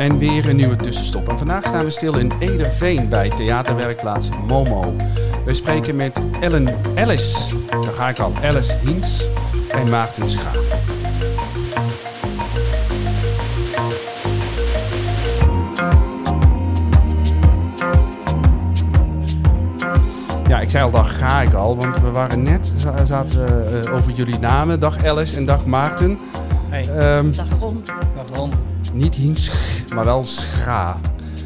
En weer een nieuwe tussenstop. En vandaag staan we stil in Ederveen bij theaterwerkplaats Momo. We spreken met Alice, daar ga ik al, Alice Hiens en Maarten Schaap. Ja, ik zei al, daar ga ik al, want we waren net, zaten we over jullie namen. Dag Alice en dag Maarten. Hey. Dag Ron. Dag Ron. Niet Hiens, maar wel Schra.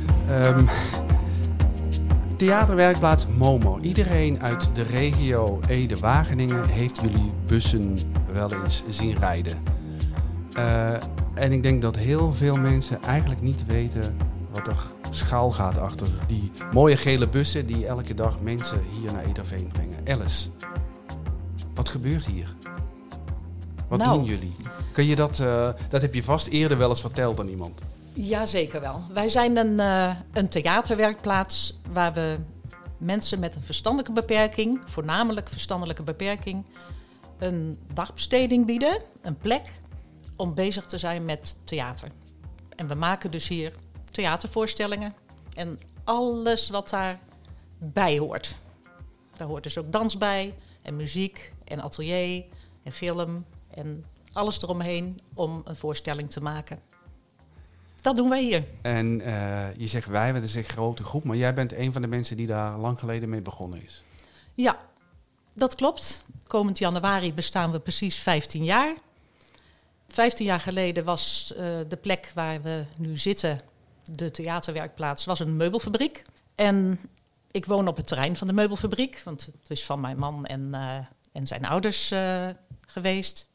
Theaterwerkplaats Momo. Iedereen uit de regio Ede-Wageningen heeft jullie bussen wel eens zien rijden. En ik denk dat heel veel mensen eigenlijk niet weten wat er schuil gaat achter die mooie gele bussen die elke dag mensen hier naar Ederveen brengen. Alice, wat gebeurt hier? Wat doen jullie? Kun je dat heb je vast eerder wel eens verteld aan iemand. Ja, zeker wel. Wij zijn een theaterwerkplaats waar we mensen met een verstandelijke beperking, voornamelijk verstandelijke beperking, een dagbesteding bieden, een plek om bezig te zijn met theater. En we maken dus hier theatervoorstellingen en alles wat daarbij hoort. Daar hoort dus ook dans bij en muziek en atelier en film en alles eromheen om een voorstelling te maken. Dat doen wij hier. En je zegt wij, want het is een grote groep, maar jij bent een van de mensen die daar lang geleden mee begonnen is. Ja, dat klopt. Komend januari bestaan we precies 15 jaar. 15 jaar geleden was de plek waar we nu zitten, de theaterwerkplaats, was een meubelfabriek. En ik woon op het terrein van de meubelfabriek, want het is van mijn man en zijn ouders geweest.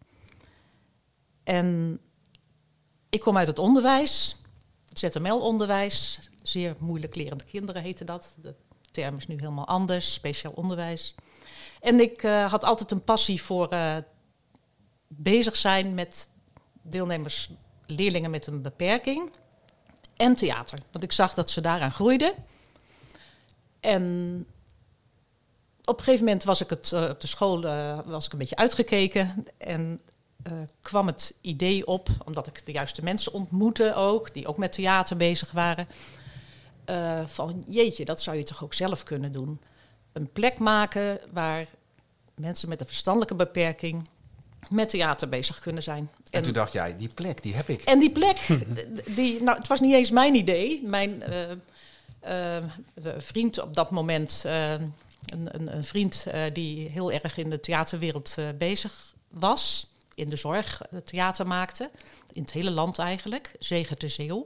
En ik kom uit het onderwijs, het ZML-onderwijs, zeer moeilijk lerende kinderen heette dat. De term is nu helemaal anders, speciaal onderwijs. En ik had altijd een passie voor bezig zijn met deelnemers, leerlingen met een beperking en theater. Want ik zag dat ze daaraan groeiden. En op een gegeven moment was ik op de school was ik een beetje uitgekeken en kwam het idee op, omdat ik de juiste mensen ontmoette ook, die ook met theater bezig waren, van jeetje, dat zou je toch ook zelf kunnen doen. Een plek maken waar mensen met een verstandelijke beperking met theater bezig kunnen zijn. En toen dacht jij, die plek, die heb ik. En die plek, het was niet eens mijn idee. Mijn vriend op dat moment, een vriend die heel erg in de theaterwereld bezig was, in de zorg theater maakte, in het hele land eigenlijk, Zeger de Zeeuw.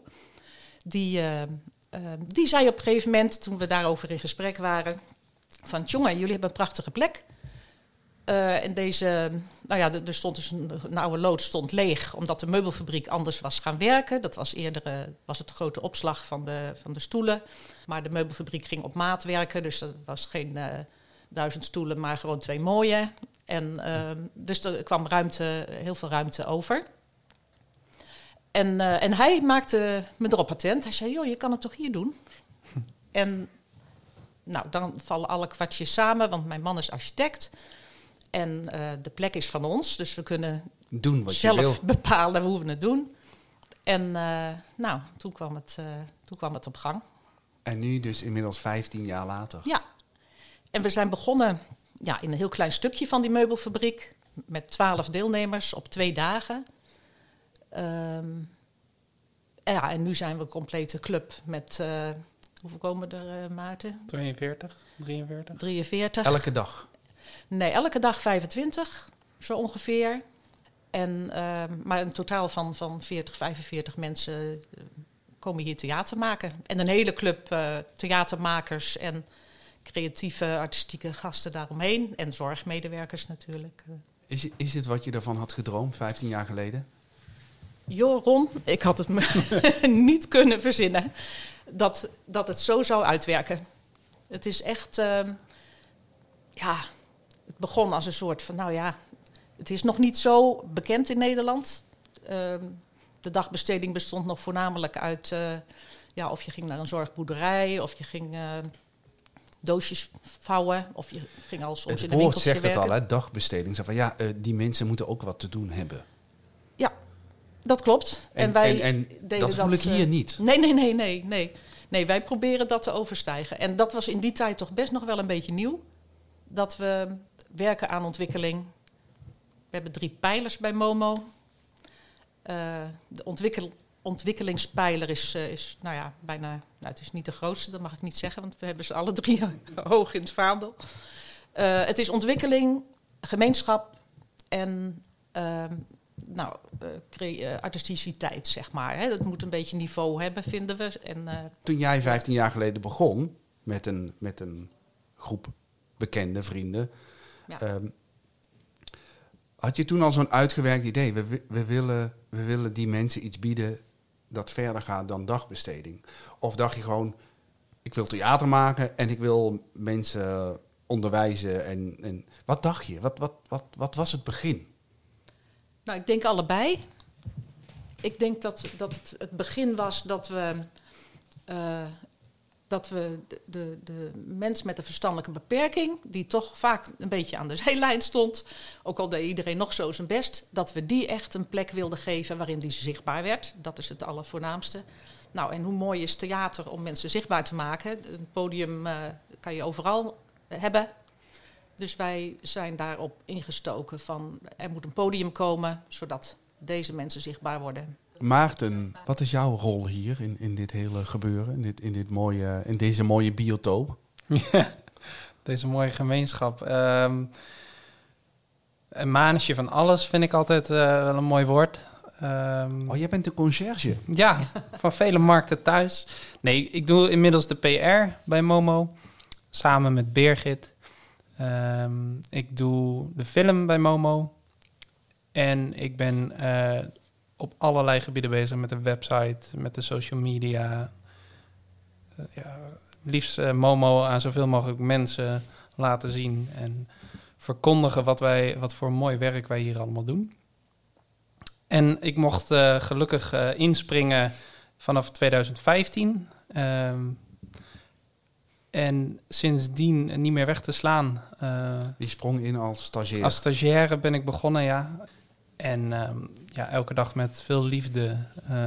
Die zei op een gegeven moment, toen we daarover in gesprek waren, van jongen, jullie hebben een prachtige plek. En deze, er stond dus een oude loods stond leeg, omdat de meubelfabriek anders was gaan werken. Dat was eerder was het de grote opslag van de stoelen. Maar de meubelfabriek ging op maat werken, dus er was geen 1000 stoelen, maar gewoon 2 mooie. En dus er kwam heel veel ruimte over. En hij maakte me erop attent. Hij zei, joh, je kan het toch hier doen? En nou, dan vallen alle kwartjes samen, want mijn man is architect. En de plek is van ons, dus we kunnen doen wat zelf je wil. bepalen hoe we het doen. En toen kwam het op gang. En nu dus inmiddels 15 jaar later. Ja, en we zijn begonnen in een heel klein stukje van die meubelfabriek met 12 deelnemers op 2 dagen. En nu zijn we een complete club met, hoeveel komen er, Maarten? 42, 43. 43. Elke dag? Nee, elke dag 25, zo ongeveer. Maar een totaal van 40, 45 mensen komen hier theater maken. En een hele club theatermakers en creatieve, artistieke gasten daaromheen. En zorgmedewerkers natuurlijk. Is het wat je ervan had gedroomd 15 jaar geleden? Jo, Ron, ik had het me niet kunnen verzinnen dat het zo zou uitwerken. Het is echt, het begon als een soort van, het is nog niet zo bekend in Nederland. De dagbesteding bestond nog voornamelijk uit, of je ging naar een zorgboerderij, of je ging doosjes vouwen, of je ging al soms in de winkeltje werken. Het woord zegt het al, hè, dagbesteding. Zo van, die mensen moeten ook wat te doen hebben. Dat klopt. En deden dat voel ik hier niet. Nee, wij proberen dat te overstijgen. En dat was in die tijd toch best nog wel een beetje nieuw. Dat we werken aan ontwikkeling. We hebben 3 pijlers bij Momo. De ontwikkelingspijler is bijna... Nou, het is niet de grootste, dat mag ik niet zeggen, want we hebben ze alle 3 hoog in het vaandel. Het is ontwikkeling, gemeenschap en artisticiteit, zeg maar. Hè. Dat moet een beetje niveau hebben, vinden we. Toen jij 15 jaar geleden begon met een groep bekende vrienden... Ja. Had je toen al zo'n uitgewerkt idee? We willen die mensen iets bieden dat verder gaat dan dagbesteding. Of dacht je gewoon, ik wil theater maken en ik wil mensen onderwijzen. En wat dacht je? Wat was het begin? Nou, ik denk allebei. Ik denk dat het begin was dat we de mens met een verstandelijke beperking, die toch vaak een beetje aan de zijlijn stond, ook al deed iedereen nog zo zijn best, dat we die echt een plek wilden geven waarin die zichtbaar werd. Dat is het allervoornaamste. Nou, en hoe mooi is theater om mensen zichtbaar te maken? Een podium kan je overal hebben. Dus wij zijn daarop ingestoken van, er moet een podium komen, zodat deze mensen zichtbaar worden. Maarten, wat is jouw rol hier in dit hele gebeuren, in deze mooie biotoop? Ja, deze mooie gemeenschap. Een manetje van alles vind ik altijd wel een mooi woord. Jij bent de conciërge. Ja, van vele markten thuis. Nee, ik doe inmiddels de PR bij Momo, samen met Birgit. Ik doe de film bij Momo. En ik ben op allerlei gebieden bezig met de website, met de social media. Liefst Momo aan zoveel mogelijk mensen laten zien en verkondigen wat voor mooi werk wij hier allemaal doen. En ik mocht gelukkig inspringen vanaf 2015. En sindsdien niet meer weg te slaan. Die sprong in als stagiair. Als stagiaire ben ik begonnen, ja. En elke dag met veel liefde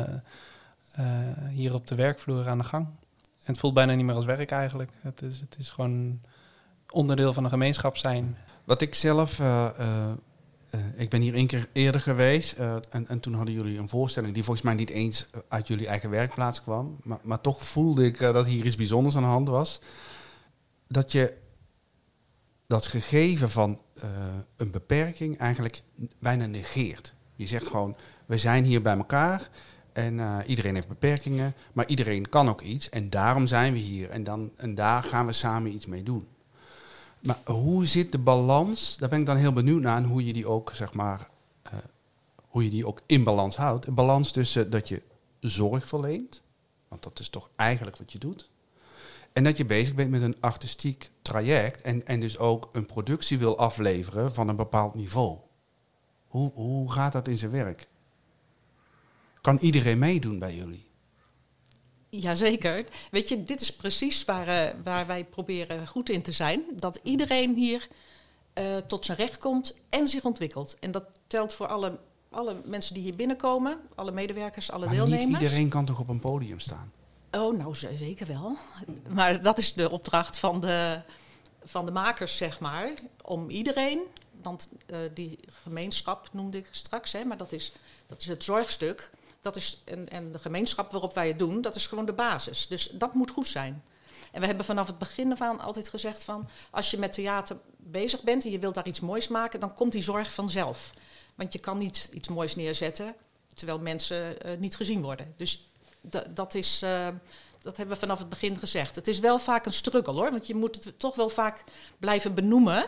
hier op de werkvloer aan de gang. En het voelt bijna niet meer als werk eigenlijk. Het is gewoon onderdeel van een gemeenschap zijn. Wat ik zelf... ik ben hier 1 keer eerder geweest. En toen hadden jullie een voorstelling die volgens mij niet eens uit jullie eigen werkplaats kwam. Maar toch voelde ik dat hier iets bijzonders aan de hand was. Dat je dat gegeven van een beperking eigenlijk bijna negeert. Je zegt gewoon, we zijn hier bij elkaar en iedereen heeft beperkingen, maar iedereen kan ook iets en daarom zijn we hier en daar gaan we samen iets mee doen. Maar hoe zit de balans? Daar ben ik dan heel benieuwd naar, hoe je die ook, zeg maar, hoe je die ook in balans houdt. Een balans tussen dat je zorg verleent, want dat is toch eigenlijk wat je doet. En dat je bezig bent met een artistiek traject en dus ook een productie wil afleveren van een bepaald niveau. Hoe gaat dat in zijn werk? Kan iedereen meedoen bij jullie? Jazeker. Weet je, dit is precies waar wij proberen goed in te zijn. Dat iedereen hier tot zijn recht komt en zich ontwikkelt. En dat telt voor alle mensen die hier binnenkomen, alle medewerkers, alle deelnemers. Niet iedereen kan toch op een podium staan? Oh, nou zeker wel. Maar dat is de opdracht van de makers, zeg maar. Om iedereen, want die gemeenschap noemde ik straks, hè, maar dat is het zorgstuk. Dat is, en de gemeenschap waarop wij het doen, dat is gewoon de basis. Dus dat moet goed zijn. En we hebben vanaf het begin ervan altijd gezegd van, als je met theater bezig bent en je wilt daar iets moois maken, dan komt die zorg vanzelf. Want je kan niet iets moois neerzetten terwijl mensen niet gezien worden. Dus dat hebben we vanaf het begin gezegd. Het is wel vaak een struggle hoor, want je moet het toch wel vaak blijven benoemen.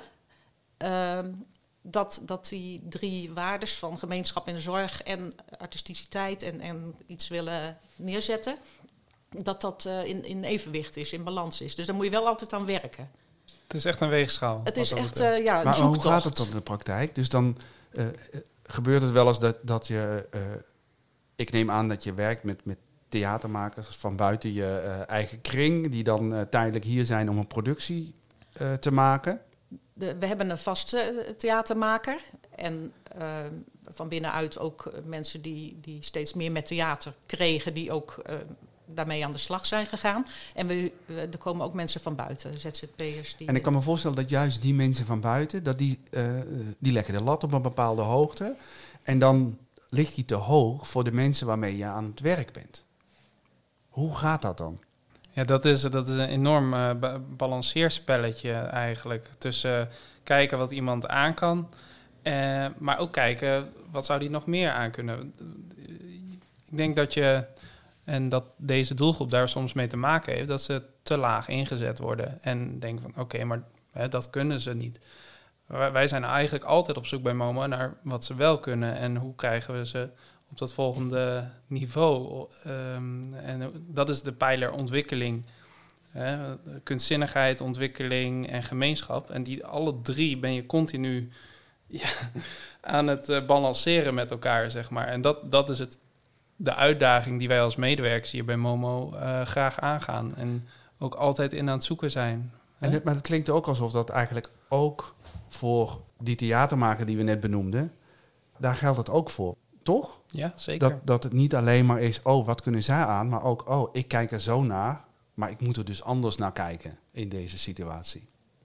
Dat die 3 waardes van gemeenschap en zorg en artisticiteit en iets willen neerzetten, dat in evenwicht is, in balans is. Dus daar moet je wel altijd aan werken. Het is echt een weegschaal. Het is echt een maar zoektocht. hoe gaat het dan in de praktijk? Dus dan gebeurt het wel eens dat je... ik neem aan dat je werkt met theatermakers van buiten je eigen kring, die dan tijdelijk hier zijn om een productie te maken. We hebben een vaste theatermaker en van binnenuit ook mensen die steeds meer met theater kregen, die ook daarmee aan de slag zijn gegaan. En er komen ook mensen van buiten, ZZP'ers. En ik kan me voorstellen dat juist die mensen van buiten, dat die leggen de lat op een bepaalde hoogte. En dan ligt die te hoog voor de mensen waarmee je aan het werk bent. Hoe gaat dat dan? Ja, dat is een enorm balanceerspelletje eigenlijk. Tussen kijken wat iemand aan kan, maar ook kijken wat zou die nog meer aan kunnen. Ik denk dat en dat deze doelgroep daar soms mee te maken heeft, dat ze te laag ingezet worden. En denken van oké, maar dat kunnen ze niet. Wij zijn eigenlijk altijd op zoek bij Momo naar wat ze wel kunnen en hoe krijgen we ze op dat volgende niveau. En dat is de pijler ontwikkeling. Kunstzinnigheid, ontwikkeling en gemeenschap. En die alle drie ben je continu aan het balanceren met elkaar, zeg maar. En dat is de uitdaging die wij als medewerkers hier bij Momo graag aangaan. En ook altijd in aan het zoeken zijn. Maar het klinkt ook alsof dat eigenlijk ook voor die theatermaker die we net benoemden, daar geldt het ook voor, toch? Ja, zeker. Dat het niet alleen maar is, wat kunnen zij aan, maar ook, ik kijk er zo naar, maar ik moet er dus anders naar kijken in deze situatie.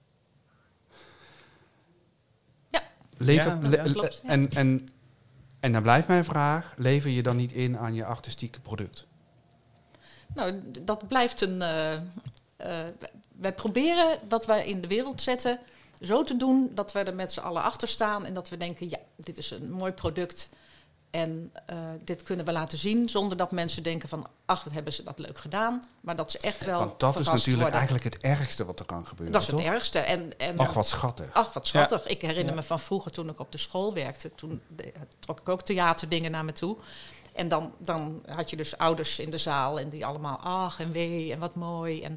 Ja, klopt. Ja. En dan blijft mijn vraag, lever je dan niet in aan je artistieke product? Nou, dat blijft wij proberen wat wij in de wereld zetten zo te doen dat we er met z'n allen achter staan en dat we denken, ja, dit is een mooi product en dit kunnen we laten zien zonder dat mensen denken van, ach, wat hebben ze dat leuk gedaan, maar dat ze echt wel want dat is natuurlijk worden. eigenlijk het ergste wat er kan gebeuren, dat is toch? het ergste. En ach, wat schattig. Ach, wat schattig. Ja. Ik herinner me van vroeger toen ik op de school werkte, toen trok ik ook theaterdingen naar me toe. En dan had je dus ouders in de zaal en die allemaal ach en wee en wat mooi.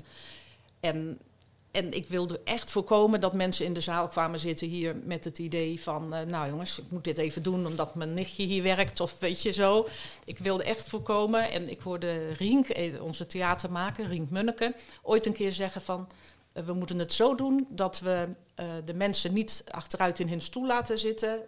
En ik wilde echt voorkomen dat mensen in de zaal kwamen zitten hier met het idee van, nou jongens, ik moet dit even doen omdat mijn nichtje hier werkt of weet je zo. Ik wilde echt voorkomen en ik hoorde Rienk, onze theatermaker, Rienk Munneke, ooit een keer zeggen van, we moeten het zo doen dat we de mensen niet achteruit in hun stoel laten zitten,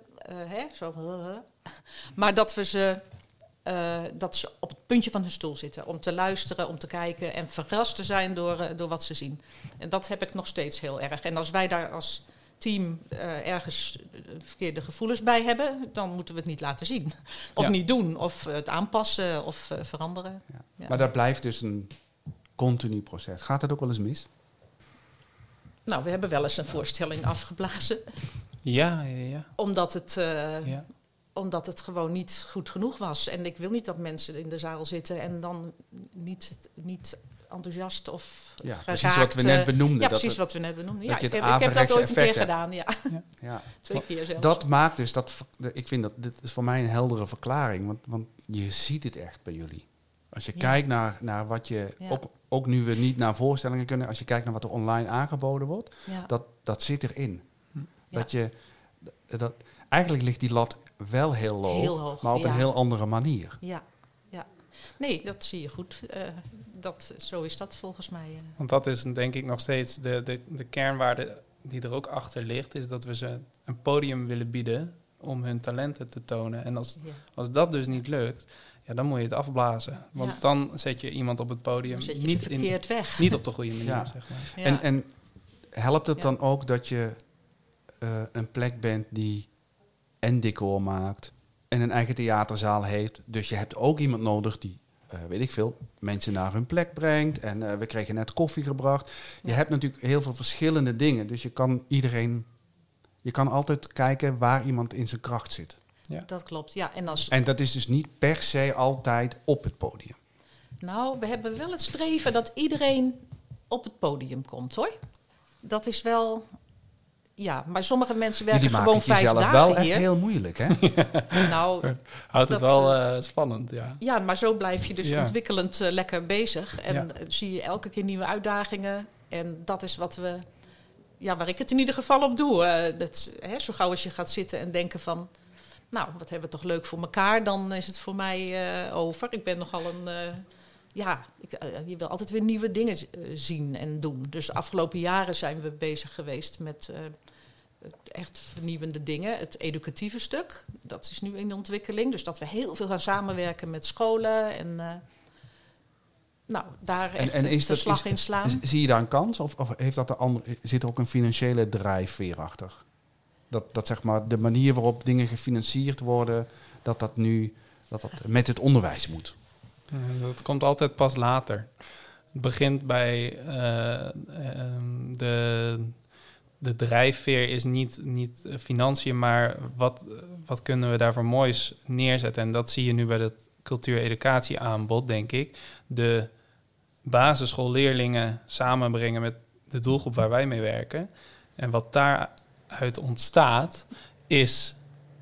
maar dat we dat ze op het puntje van hun stoel zitten. Om te luisteren, om te kijken en verrast te zijn door wat ze zien. En dat heb ik nog steeds heel erg. En als wij daar als team ergens verkeerde gevoelens bij hebben, dan moeten we het niet laten zien. Of niet doen, of het aanpassen, of veranderen. Ja. Ja. Maar dat blijft dus een continu proces. Gaat dat ook wel eens mis? Nou, we hebben wel eens een voorstelling afgeblazen. Ja. Omdat het gewoon niet goed genoeg was. En ik wil niet dat mensen in de zaal zitten en dan niet enthousiast of geraakt. Precies wat we net benoemden. Ja, precies wat we net benoemden. Ja, ik heb dat averechtse ooit een keer effect gedaan. Ja. 2 keer zelfs. Dat maakt dus, ik vind dat, dit is voor mij een heldere verklaring. Want je ziet het echt bij jullie. Als je kijkt naar wat je, ook nu we niet naar voorstellingen kunnen, als je kijkt naar wat er online aangeboden wordt, dat zit erin. Eigenlijk ligt die lat wel heel hoog, maar op een heel andere manier. Ja. Nee, dat zie je goed. Zo is dat volgens mij. Want dat is denk ik nog steeds de kernwaarde die er ook achter ligt, is dat we ze een podium willen bieden om hun talenten te tonen. En als dat dus niet lukt, dan moet je het afblazen. Want dan zet je iemand op het podium niet verkeerd weg. Niet op de goede manier, zeg maar. Ja. En helpt het dan ook dat je een plek bent die en decor maakt en een eigen theaterzaal heeft. Dus je hebt ook iemand nodig die, weet ik veel, mensen naar hun plek brengt. En we kregen net koffie gebracht. Je hebt natuurlijk heel veel verschillende dingen. Dus je kan altijd kijken waar iemand in zijn kracht zit. Ja. Dat klopt, ja. En dat is dus niet per se altijd op het podium. Nou, we hebben wel het streven dat iedereen op het podium komt, hoor. Dat is wel... Ja, maar sommige mensen werken gewoon 5 dagen hier. Jullie maken het jezelf wel echt heel moeilijk, hè? Nou, houdt het wel spannend, ja. Ja, maar zo blijf je dus ontwikkelend lekker bezig. En zie je elke keer nieuwe uitdagingen. En dat is wat we... Ja, waar ik het in ieder geval op doe. Zo gauw als je gaat zitten en denken van... Nou, wat hebben we toch leuk voor elkaar. Dan is het voor mij over. Ik ben nogal een... je wil altijd weer nieuwe dingen zien en doen. Dus de afgelopen jaren zijn we bezig geweest met echt vernieuwende dingen. Het educatieve stuk, dat is nu in ontwikkeling. Dus dat we heel veel gaan samenwerken met scholen en daar echt het verslag in slaan. Zie je daar een kans? Of heeft dat zit er ook een financiële drijfveer achter? Dat zeg maar de manier waarop dingen gefinancierd worden, dat met het onderwijs moet. Dat komt altijd pas later. Het begint bij de drijfveer is niet financiën, maar wat kunnen we daarvoor moois neerzetten? En dat zie je nu bij het cultuur-educatie-aanbod, denk ik. De basisschoolleerlingen samenbrengen met de doelgroep waar wij mee werken. En wat daaruit ontstaat, is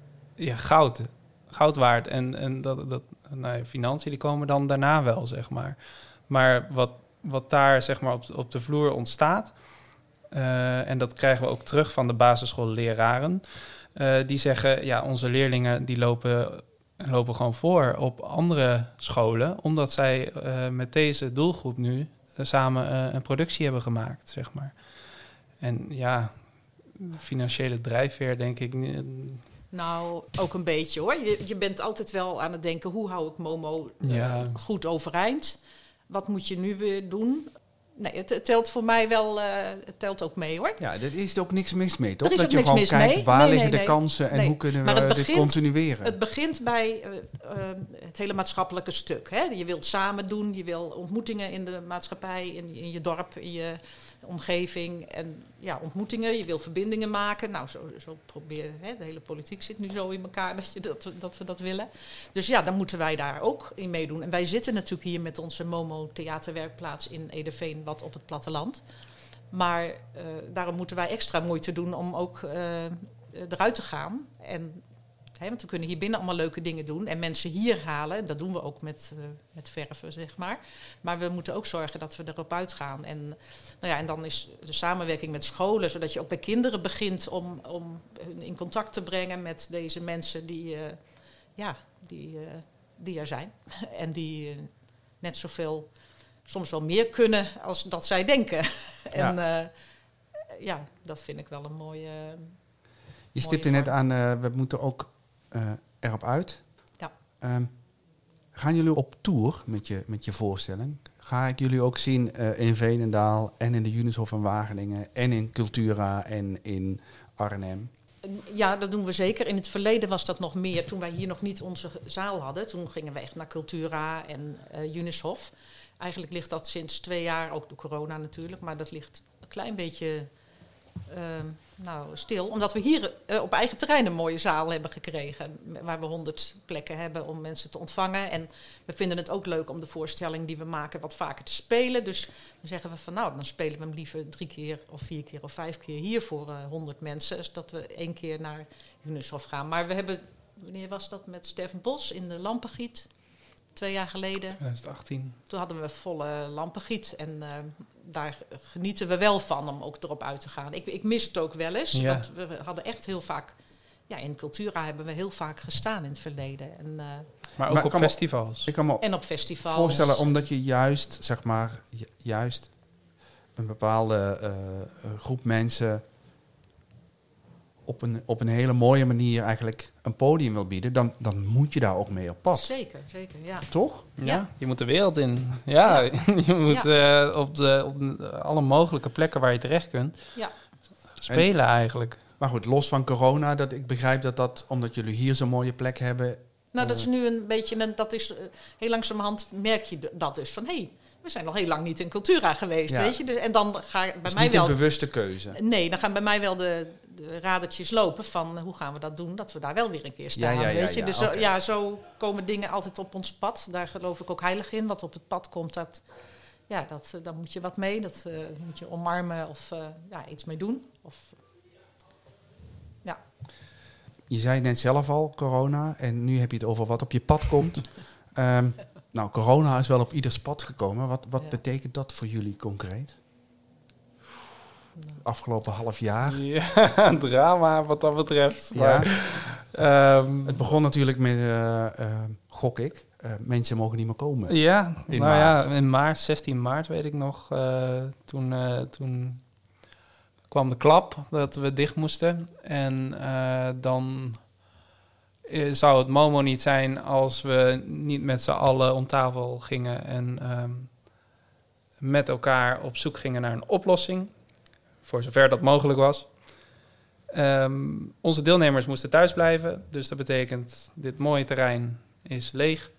goud waard. En financiën die komen dan daarna wel, zeg maar. Maar wat daar zeg maar op de vloer ontstaat, en dat krijgen we ook terug van de basisschoolleraren, die zeggen, onze leerlingen die lopen gewoon voor op andere scholen, omdat zij met deze doelgroep nu samen een productie hebben gemaakt, zeg maar. En financiële drijfveer, denk ik. Nou, ook een beetje hoor. Je bent altijd wel aan het denken, hoe hou ik Momo goed overeind? Wat moet je nu weer doen? Nee, het telt voor mij wel, het telt ook mee hoor. Ja, er is ook niks mis mee, toch? Er is dat ook je niks gewoon mis kijkt, mee. waar liggen de kansen en hoe kunnen we dit continueren? Het begint bij het hele maatschappelijke stuk. Hè? Je wilt samen doen, je wil ontmoetingen in de maatschappij, in je dorp, in je omgeving. En ontmoetingen, je wil verbindingen maken. Nou, zo proberen, de hele politiek zit nu zo in elkaar dat we dat willen. Dus dan moeten wij daar ook in meedoen. En wij zitten natuurlijk hier met onze Momo theaterwerkplaats in Ederveen, wat op het platteland. Maar daarom moeten wij extra moeite doen om ook eruit te gaan. Want we kunnen hier binnen allemaal leuke dingen doen en mensen hier halen. En dat doen we ook met verven, zeg maar. Maar we moeten ook zorgen dat we erop uitgaan. En dan is de samenwerking met scholen, zodat je ook bij kinderen begint om hun in contact te brengen met deze mensen die er zijn. En die net zoveel, soms wel meer kunnen als dat zij denken. En dat vind ik wel een mooie. Je stipte net aan, we moeten ook erop uit. Ja. Gaan jullie op tour met je voorstelling? Ga ik jullie ook zien in Veenendaal en in de Junushof in Wageningen en in Cultura en in Arnhem? Ja, dat doen we zeker. In het verleden was dat nog meer. Toen wij hier nog niet onze zaal hadden, toen gingen we echt naar Cultura en Junushof. Eigenlijk ligt dat sinds 2 jaar, ook door corona natuurlijk, maar dat ligt een klein beetje stil. Omdat we hier op eigen terrein een mooie zaal hebben gekregen, waar we 100 plekken hebben om mensen te ontvangen. En we vinden het ook leuk om de voorstelling die we maken wat vaker te spelen. Dus dan zeggen we van dan spelen we hem liever 3 keer of 4 keer of 5 keer hier voor 100 mensen, als dat we 1 keer naar Junushof gaan. Maar we hebben, wanneer was dat, met Steffen Bos in de Lampengiet? 2 jaar geleden. 2018. Toen hadden we volle Lampengiet. En daar genieten we wel van om ook erop uit te gaan. Ik mis het ook wel eens. Ja. Want we hadden echt heel vaak. In Cultura hebben we heel vaak gestaan in het verleden. En, maar ook op festivals. En op festivals. Voorstellen, omdat je juist een bepaalde groep mensen op een hele mooie manier eigenlijk een podium wil bieden, dan moet je daar ook mee op pad. Zeker, ja. Toch? Ja, je moet de wereld in. Ja, je moet op alle mogelijke plekken waar je terecht kunt spelen eigenlijk. Maar goed, los van corona, ik begrijp dat omdat jullie hier zo'n mooie plek hebben. Nou, dat is nu een beetje, heel langzamerhand merk je dat dus van, we zijn al heel lang niet in Cultura geweest, weet je. Dus, en dan ga bij mij niet wel een bewuste keuze. Nee, dan gaan bij mij wel de radertjes lopen van hoe gaan we dat doen, dat we daar wel weer een keer staan, weet je. Dus okay. Zo komen dingen altijd op ons pad. Daar geloof ik ook heilig in. Wat op het pad komt, daar moet je wat mee. Dat moet je omarmen of iets mee doen. Je zei net zelf al, corona, en nu heb je het over wat op je pad komt. Corona is wel op ieders pad gekomen. Wat betekent dat voor jullie concreet? Afgelopen half jaar? Ja, drama wat dat betreft. Ja. Het begon natuurlijk met, gok ik, mensen mogen niet meer komen. Ja, in maart. In maart, 16 maart weet ik nog. Toen kwam de klap dat we dicht moesten. En dan zou het Momo niet zijn als we niet met z'n allen om tafel gingen en met elkaar op zoek gingen naar een oplossing. Voor zover dat mogelijk was. Onze deelnemers moesten thuis blijven. Dus dat betekent, dit mooie terrein is leeg.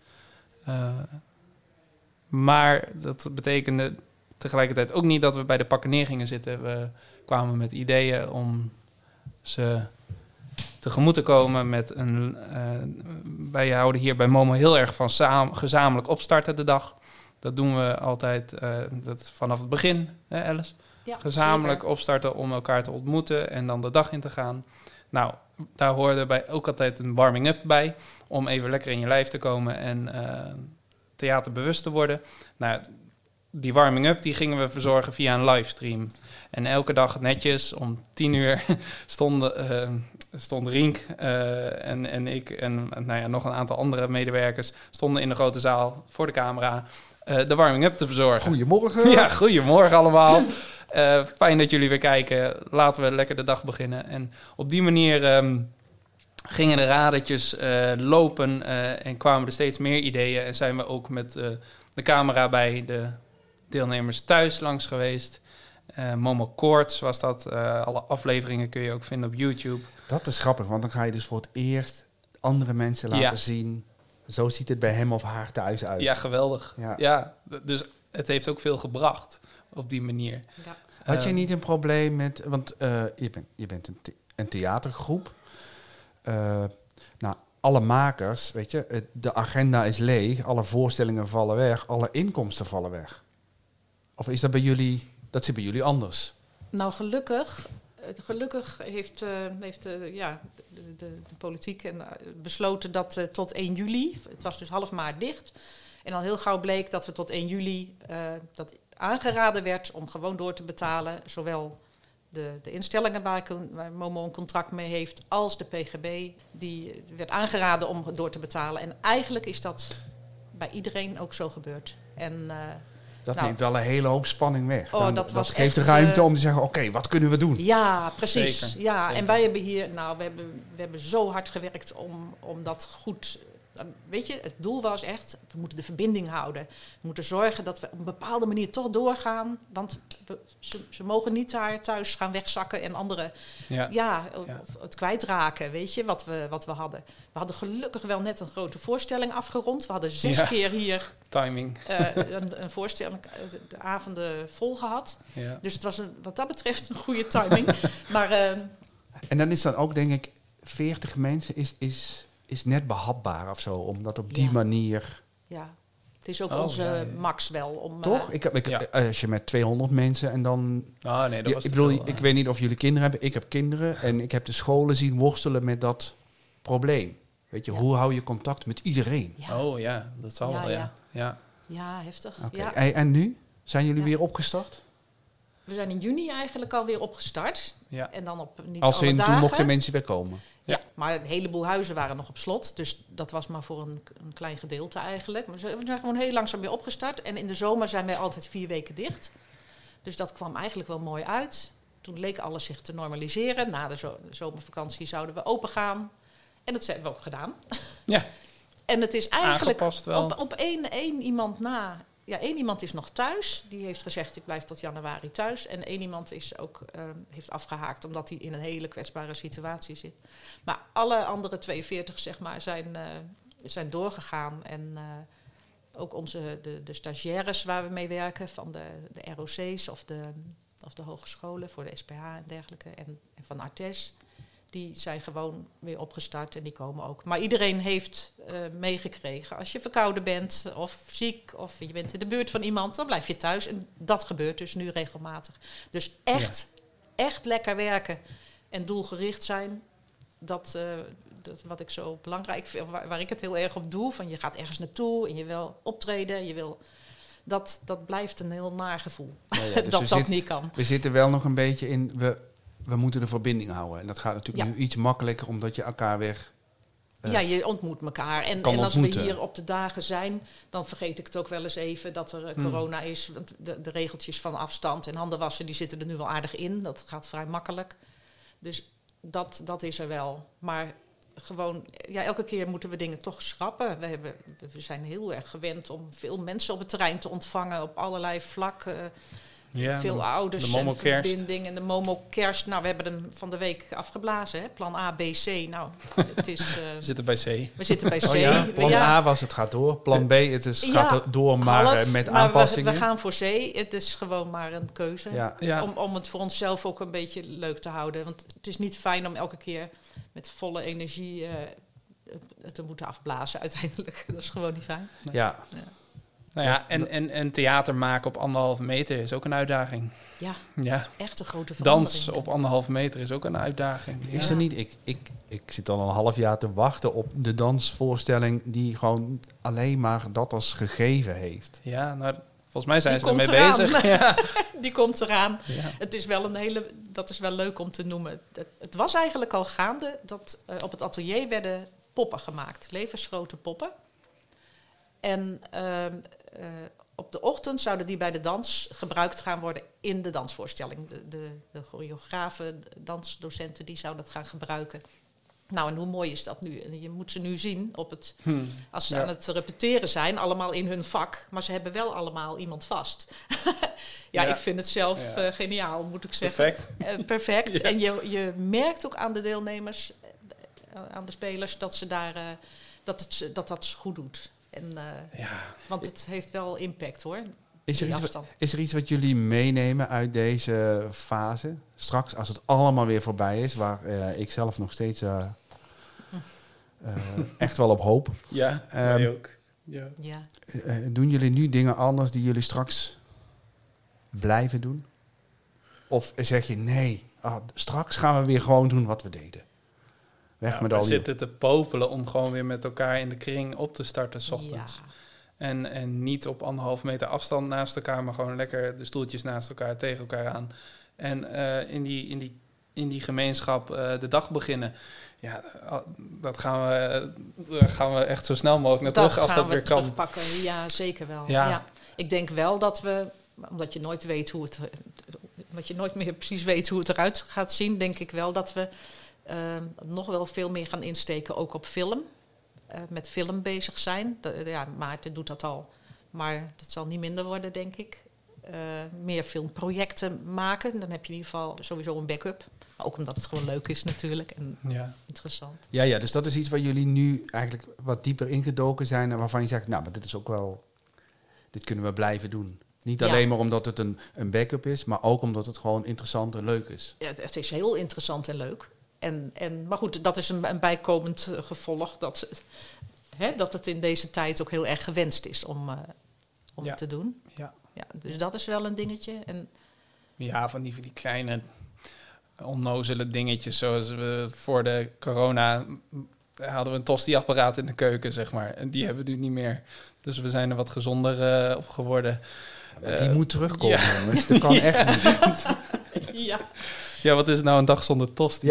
Maar dat betekende tegelijkertijd ook niet dat we bij de pakken neer gingen zitten. We kwamen met ideeën om ze tegemoet te komen met een... wij houden hier bij Momo heel erg van gezamenlijk opstarten de dag. Dat doen we altijd dat vanaf het begin, hè Alice? Ja, gezamenlijk zeker. opstarten om elkaar te ontmoeten en dan de dag in te gaan. Nou, daar hoorde bij ook altijd een warming-up bij, om even lekker in je lijf te komen en theaterbewust te worden. Nou, die warming-up die gingen we verzorgen via een livestream. En elke dag netjes om 10:00 stond Rienk en ik en nog een aantal andere medewerkers stonden in de grote zaal voor de camera de warming-up te verzorgen. Goedemorgen. Ja, goedemorgen allemaal. Fijn dat jullie weer kijken. Laten we lekker de dag beginnen. En op die manier gingen de radertjes lopen en kwamen er steeds meer ideeën. En zijn we ook met de camera bij de deelnemers thuis langs geweest. Momo Koorts was dat. Alle afleveringen kun je ook vinden op YouTube. Dat is grappig, want dan ga je dus voor het eerst andere mensen laten zien. Zo ziet het bij hem of haar thuis uit. Ja, geweldig. Ja. Ja, dus het heeft ook veel gebracht op die manier. Ja. Had je niet een probleem met... Want je bent een theatergroep. Alle makers, weet je... de agenda is leeg, alle voorstellingen vallen weg... alle inkomsten vallen weg. Of is dat bij jullie... Dat zit bij jullie anders? Nou, gelukkig heeft de politiek besloten dat tot 1 juli... Het was dus half maart dicht... En al heel gauw bleek dat we tot 1 juli dat aangeraden werd om gewoon door te betalen. Zowel de instellingen waar Momo een contract mee heeft als de PGB. Die werd aangeraden om door te betalen. En eigenlijk is dat bij iedereen ook zo gebeurd. En, dat neemt wel een hele hoop spanning weg. Dat was geeft echt, ruimte om te zeggen, oké, wat kunnen we doen? Ja, precies. Zeker, ja, zeker. En wij hebben hier, we hebben zo hard gewerkt om dat goed... Weet je, het doel was echt, we moeten de verbinding houden. We moeten zorgen dat we op een bepaalde manier toch doorgaan. Want ze mogen niet daar thuis gaan wegzakken en anderen of het kwijtraken, weet je, wat we hadden. We hadden gelukkig wel net een grote voorstelling afgerond. We hadden 6 keer hier timing. een voorstelling, de avonden vol gehad. Ja. Dus het was wat dat betreft een goede timing. Maar, en dan is dan ook, denk ik, 40 mensen is net behapbaar of zo, omdat op die manier... Ja, het is ook onze max wel. Om, toch? Als je met 200 mensen en dan... Nee, dat was ik bedoel, ik weet niet of jullie kinderen hebben. Ik heb kinderen en ik heb de scholen zien worstelen met dat probleem. Weet je, hoe hou je contact met iedereen? Ja. Oh ja, dat zal wel, ja. Ja, heftig. Okay. Ja. En nu? Zijn jullie weer opgestart? We zijn in juni eigenlijk alweer opgestart. Ja. En dan op niet als alle in dagen. Toen mochten mensen weer komen? Ja, maar een heleboel huizen waren nog op slot. Dus dat was maar voor een klein gedeelte eigenlijk. Maar we zijn gewoon heel langzaam weer opgestart. En in de zomer zijn wij altijd 4 weken dicht. Dus dat kwam eigenlijk wel mooi uit. Toen leek alles zich te normaliseren. Na de zomervakantie zouden we open gaan. En dat hebben we ook gedaan. Ja. En het is eigenlijk wel. op één iemand na... Ja, 1 iemand is nog thuis. Die heeft gezegd, ik blijf tot januari thuis. En 1 iemand is ook, heeft afgehaakt, omdat hij in een hele kwetsbare situatie zit. Maar alle andere 42, zeg maar, zijn doorgegaan. En ook de stagiaires waar we mee werken, van de ROC's of de hogescholen voor de SPH en dergelijke. En van Artes. Die zijn gewoon weer opgestart en die komen ook. Maar iedereen heeft meegekregen. Als je verkouden bent of ziek of je bent in de buurt van iemand, dan blijf je thuis. En dat gebeurt dus nu regelmatig. Dus echt lekker werken en doelgericht zijn. Dat wat ik zo belangrijk vind, waar ik het heel erg op doe. Van je gaat ergens naartoe en je wil optreden. Je wil, dat blijft een heel naar gevoel. Ja, dus dat niet kan. We zitten wel nog een beetje in... We moeten de verbinding houden. En dat gaat natuurlijk nu iets makkelijker, omdat je elkaar weer je ontmoet elkaar. En als ontmoeten. we hier op de dagen zijn, dan vergeet ik het ook wel eens even dat er corona is. Want de regeltjes van afstand en handen wassen, die zitten er nu wel aardig in. Dat gaat vrij makkelijk. Dus dat is er wel. Maar gewoon, elke keer moeten we dingen toch schrappen. We zijn heel erg gewend om veel mensen op het terrein te ontvangen op allerlei vlakken. Veel ouders en verbinding en de Momo-kerst. Nou, we hebben hem van de week afgeblazen. Hè? Plan A, B, C. Nou, het is... We zitten bij C. We zitten bij C. Plan A was het gaat door. Plan B, gaat door, maar met aanpassingen. We gaan voor C. Het is gewoon maar een keuze. Ja. Om het voor onszelf ook een beetje leuk te houden. Want het is niet fijn om elke keer met volle energie het te moeten afblazen uiteindelijk. Dat is gewoon niet fijn. Nee. Ja. Nou ja, en theater maken op 1,5 meter is ook een uitdaging. Ja. Echt een grote verandering. Dans op 1,5 meter is ook een uitdaging. Is er niet... Ik zit al een half jaar te wachten op de dansvoorstelling die gewoon alleen maar dat als gegeven heeft. Ja, nou, volgens mij zijn ze ermee bezig. Die komt eraan. Ja. Het is wel dat is wel leuk om te noemen. Het was eigenlijk al gaande dat op het atelier werden poppen gemaakt. Levensgrote poppen. En op de ochtend zouden die bij de dans gebruikt gaan worden in de dansvoorstelling. De choreografen, dansdocenten, die zouden dat gaan gebruiken. Nou, en hoe mooi is dat nu? Je moet ze nu zien als ze aan het repeteren zijn, allemaal in hun vak. Maar ze hebben wel allemaal iemand vast. Ik vind het zelf geniaal, moet ik zeggen. Perfect. Ja. En je merkt ook aan de deelnemers, aan de spelers, dat ze dat ze goed doet. Want het heeft wel impact, hoor. Is er iets wat jullie meenemen uit deze fase? Straks, als het allemaal weer voorbij is, waar ik zelf nog steeds echt wel op hoop. Ja, wij ook. Ja. Doen jullie nu dingen anders die jullie straks blijven doen? Of zeg je nee, straks gaan we weer gewoon doen wat we deden? We zitten te popelen om gewoon weer met elkaar in de kring op te starten 's ochtends. Ja. En niet op 1,5 meter afstand naast elkaar, maar gewoon lekker de stoeltjes naast elkaar, tegen elkaar aan. En in die gemeenschap de dag beginnen. Ja, dat gaan we echt zo snel mogelijk naar terug als dat weer kan. Terugpakken. Ja, zeker wel. Ja. Ik denk wel dat we, omdat je nooit weet omdat je nooit meer precies weet hoe het eruit gaat zien, denk ik wel dat we nog wel veel meer gaan insteken, ook op film. Met film bezig zijn. Maarten doet dat al, maar dat zal niet minder worden, denk ik. Meer filmprojecten maken. Dan heb je in ieder geval sowieso een backup. Maar ook omdat het gewoon leuk is natuurlijk en interessant. Ja, dus dat is iets waar jullie nu eigenlijk wat dieper ingedoken zijn en waarvan je zegt, nou, maar dit is ook wel, dit kunnen we blijven doen. Niet alleen maar omdat het een backup is, maar ook omdat het gewoon interessant en leuk is. Ja, het is heel interessant en leuk. Maar goed, dat is een bijkomend gevolg dat het in deze tijd ook heel erg gewenst is om het te doen. Ja. Dus dat is wel een dingetje. Van die kleine onnozele dingetjes, zoals we voor de corona hadden we een tosti-apparaat in de keuken, zeg maar. En die hebben we nu niet meer. Dus we zijn er wat gezonder op geworden. Die moet terugkomen, jongens. Dat kan echt niet. Ja, wat is het nou een dag zonder tosti?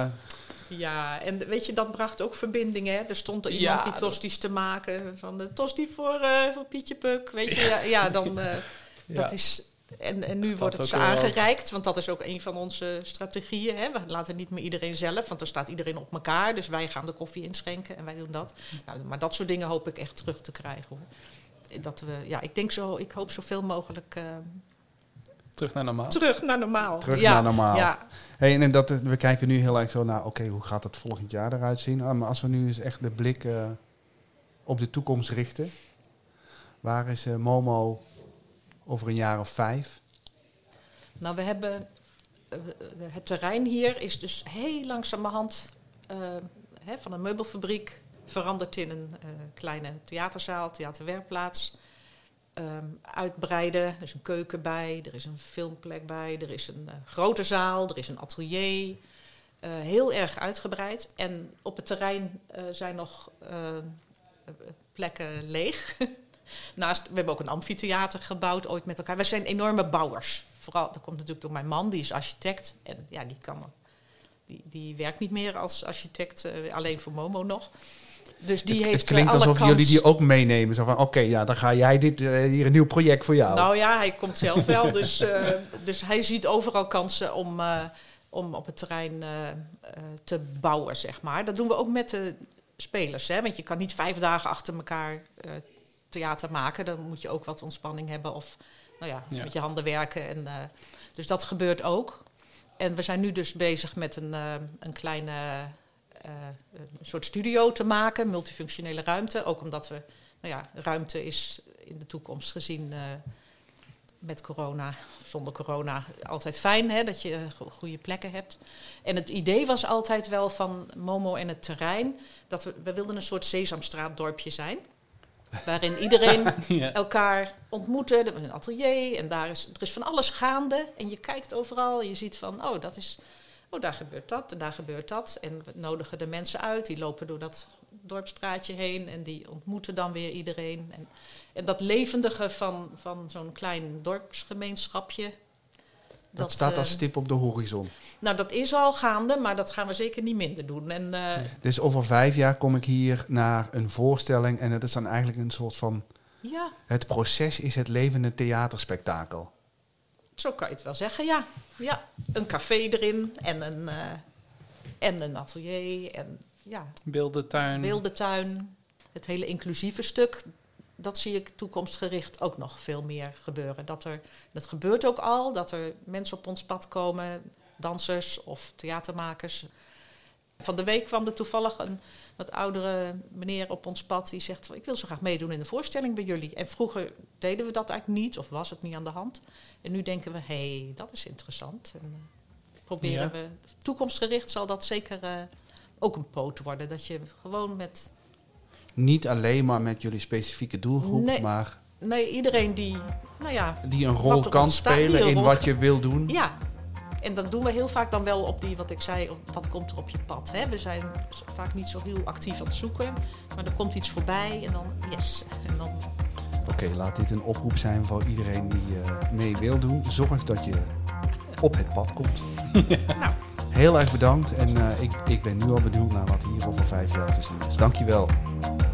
Ja, en weet je, dat bracht ook verbindingen. Hè? Er stond er iemand die tosti's te maken. Van de tosti voor Pietje Puk. Weet je, dan... Dat is... En nu wordt het ze aangereikt, want dat is ook een van onze strategieën. Hè? We laten niet meer iedereen zelf, want dan staat iedereen op elkaar. Dus wij gaan de koffie inschenken en wij doen dat. Nou, maar dat soort dingen hoop ik echt terug te krijgen, hoor. Dat we, ik hoop zoveel mogelijk... Terug naar normaal. Terug naar normaal. Ja. Hey, en we kijken nu heel erg zo naar, hoe gaat het volgend jaar eruit zien? Maar als we nu eens echt de blik op de toekomst richten. Waar is Momo over een jaar of 5? Nou, we hebben... het terrein hier is dus heel langzamerhand van een meubelfabriek veranderd in een kleine theaterzaal, theaterwerkplaats. Uitbreiden, er is een keuken bij, er is een filmplek bij, er is een grote zaal, er is een atelier. Heel erg uitgebreid. En op het terrein zijn nog plekken leeg. We hebben ook een amfitheater gebouwd ooit met elkaar. We zijn enorme bouwers. Vooral, dat komt natuurlijk door mijn man, die is architect. En ja, die werkt niet meer als architect, alleen voor Momo nog. Dus die heeft Het klinkt alle alsof kans. jullie die ook meenemen. Zo van, oké, dan ga jij hier een nieuw project voor jou. Nou ja, hij komt zelf wel. Dus hij ziet overal kansen om op het terrein te bouwen, zeg maar. Dat doen we ook met de spelers. Hè? Want je kan niet 5 dagen achter elkaar theater maken. Dan moet je ook wat ontspanning hebben of met je handen werken. Dus dat gebeurt ook. En we zijn nu dus bezig met een kleine soort studio te maken. Multifunctionele ruimte. Ook omdat we, ruimte is in de toekomst gezien met corona, of zonder corona, altijd fijn, hè, dat je goede plekken hebt. En het idee was altijd wel van Momo en het terrein, dat we wilden een soort Sesamstraatdorpje zijn. Waarin iedereen elkaar ontmoette, een atelier en er is van alles gaande. En je kijkt overal, je ziet van, daar gebeurt dat en daar gebeurt dat. En we nodigen de mensen uit, die lopen door dat dorpsstraatje heen en die ontmoeten dan weer iedereen. En dat levendige van zo'n klein dorpsgemeenschapje. Dat staat als stip op de horizon. Nou, dat is al gaande, maar dat gaan we zeker niet minder doen. Dus over 5 jaar kom ik hier naar een voorstelling en het is dan eigenlijk een soort van... Ja. Het proces is het levende theaterspektakel. Zo kan je het wel zeggen, ja. Een café erin en een atelier en beeldentuin. Het hele inclusieve stuk, dat zie ik toekomstgericht ook nog veel meer gebeuren. Dat gebeurt ook al, dat er mensen op ons pad komen, dansers of theatermakers. Van de week kwam er toevallig een wat oudere meneer op ons pad die zegt, ik wil zo graag meedoen in de voorstelling bij jullie. En vroeger deden we dat eigenlijk niet of was het niet aan de hand. En nu denken we, dat is interessant. En proberen we, toekomstgericht zal dat zeker ook een poot worden. Dat je gewoon met... Niet alleen maar met jullie specifieke doelgroep, maar... Nee, iedereen die een rol kan spelen in wat je wil doen. Ja, en dat doen we heel vaak dan wel op die, wat ik zei, wat komt er op je pad. Hè? We zijn vaak niet zo heel actief aan het zoeken, maar er komt iets voorbij en dan yes. Oké, laat dit een oproep zijn voor iedereen die mee wil doen. Zorg dat je op het pad komt. Nou. Heel erg bedankt en ik ben nu al benieuwd naar wat hier over 5 jaar te zien is. Dankjewel.